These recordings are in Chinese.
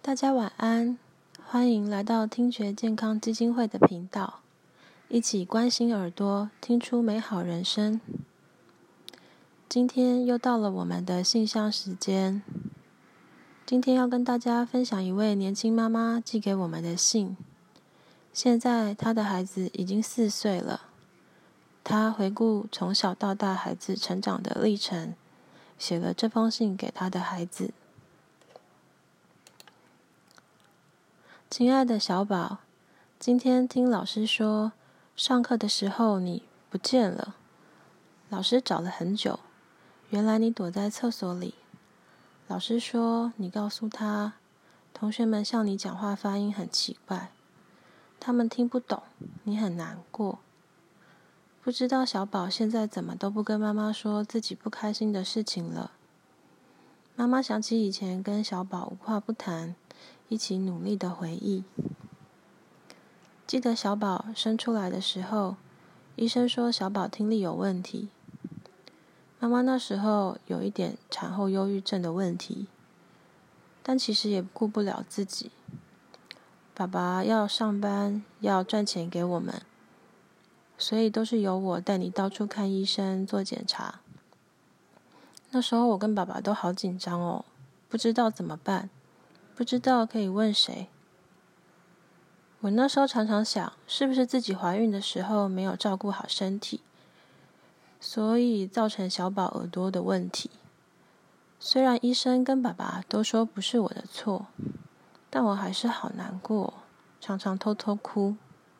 大家晚安，欢迎来到听觉健康基金会的频道，一起关心耳朵，听出美好人生。今天又到了我们的信箱时间，今天要跟大家分享一位年轻妈妈寄给我们的信。现在她的孩子已经4岁了，她回顾从小到大孩子成长的历程，写了这封信给她的孩子。亲爱的小宝，今天听老师说，上课的时候你不见了。老师找了很久，原来你躲在厕所里。老师说你告诉他，同学们向你讲话发音很奇怪，他们听不懂，你很难过。不知道小宝现在怎么都不跟妈妈说自己不开心的事情了。妈妈想起以前跟小宝无话不谈，一起努力的回忆。记得小宝生出来的时候，医生说小宝听力有问题。妈妈那时候有一点产后忧郁症的问题，但其实也顾不了自己。爸爸要上班，要赚钱给我们，所以都是由我带你到处看医生做检查。那时候我跟爸爸都好紧张哦，不知道怎么办，不知道可以问谁。我那时候常常想，是不是自己怀孕的时候没有照顾好身体，所以造成小宝耳朵的问题。虽然医生跟爸爸都说不是我的错，但我还是好难过，常常偷偷哭。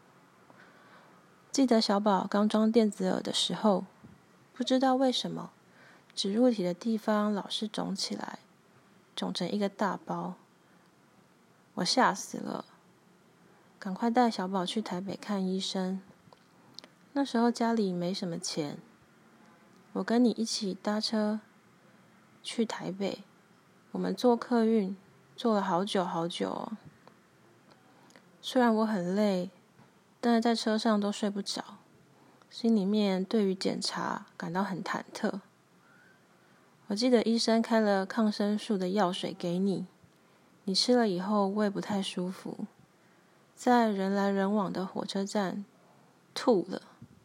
记得小宝刚装电子耳的时候，不知道为什么植入体的地方老是肿起来，肿成一个大包。我吓死了，赶快带小宝去台北看医生。那时候家里没什么钱，我跟你一起搭车去台北，我们坐客运，坐了好久好久哦。虽然我很累，但是在车上都睡不着，心里面对于检查感到很忐忑。我记得医生开了抗生素的药水给你，你吃了以后胃不太舒服，在人来人往的火车站吐了。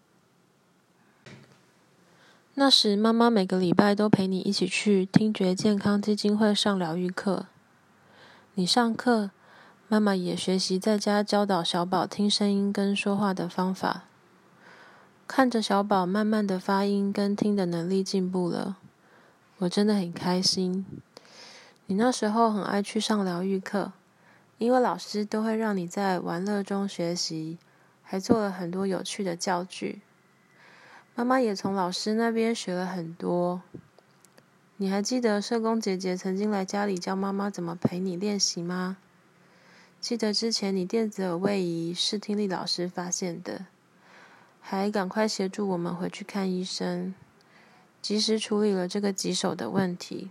那时妈妈每个礼拜都陪你一起去听觉健康基金会上疗愈课。你上课，妈妈也学习在家教导小宝听声音跟说话的方法。看着小宝慢慢的发音跟听的能力进步了，我真的很开心。你那时候很爱去上疗愈课，因为老师都会让你在玩乐中学习，还做了很多有趣的教具。妈妈也从老师那边学了很多。你还记得社工姐姐曾经来家里教妈妈怎么陪你练习吗？记得之前你电子耳位移是听力老师发现的，还赶快协助我们回去看医生，及时处理了这个棘手的问题。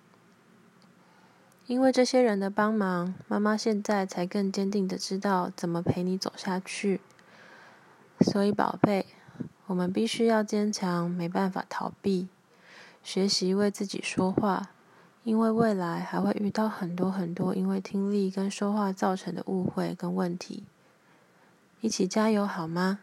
因为这些人的帮忙，妈妈现在才更坚定的知道怎么陪你走下去。所以宝贝，我们必须要坚强，没办法逃避，学习为自己说话，因为未来还会遇到很多很多因为听力跟说话造成的误会跟问题。一起加油好吗？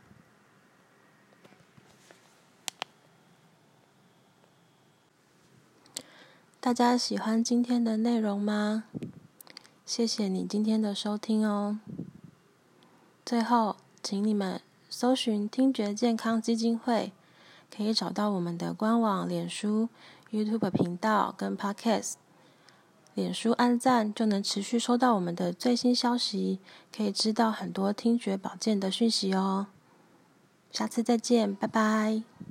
大家喜欢今天的内容吗？谢谢你今天的收听哦。最后，请你们搜寻听觉健康基金会，可以找到我们的官网、脸书、YouTube 频道跟 Podcast。脸书按赞就能持续收到我们的最新消息，可以知道很多听觉保健的讯息哦。下次再见，拜拜。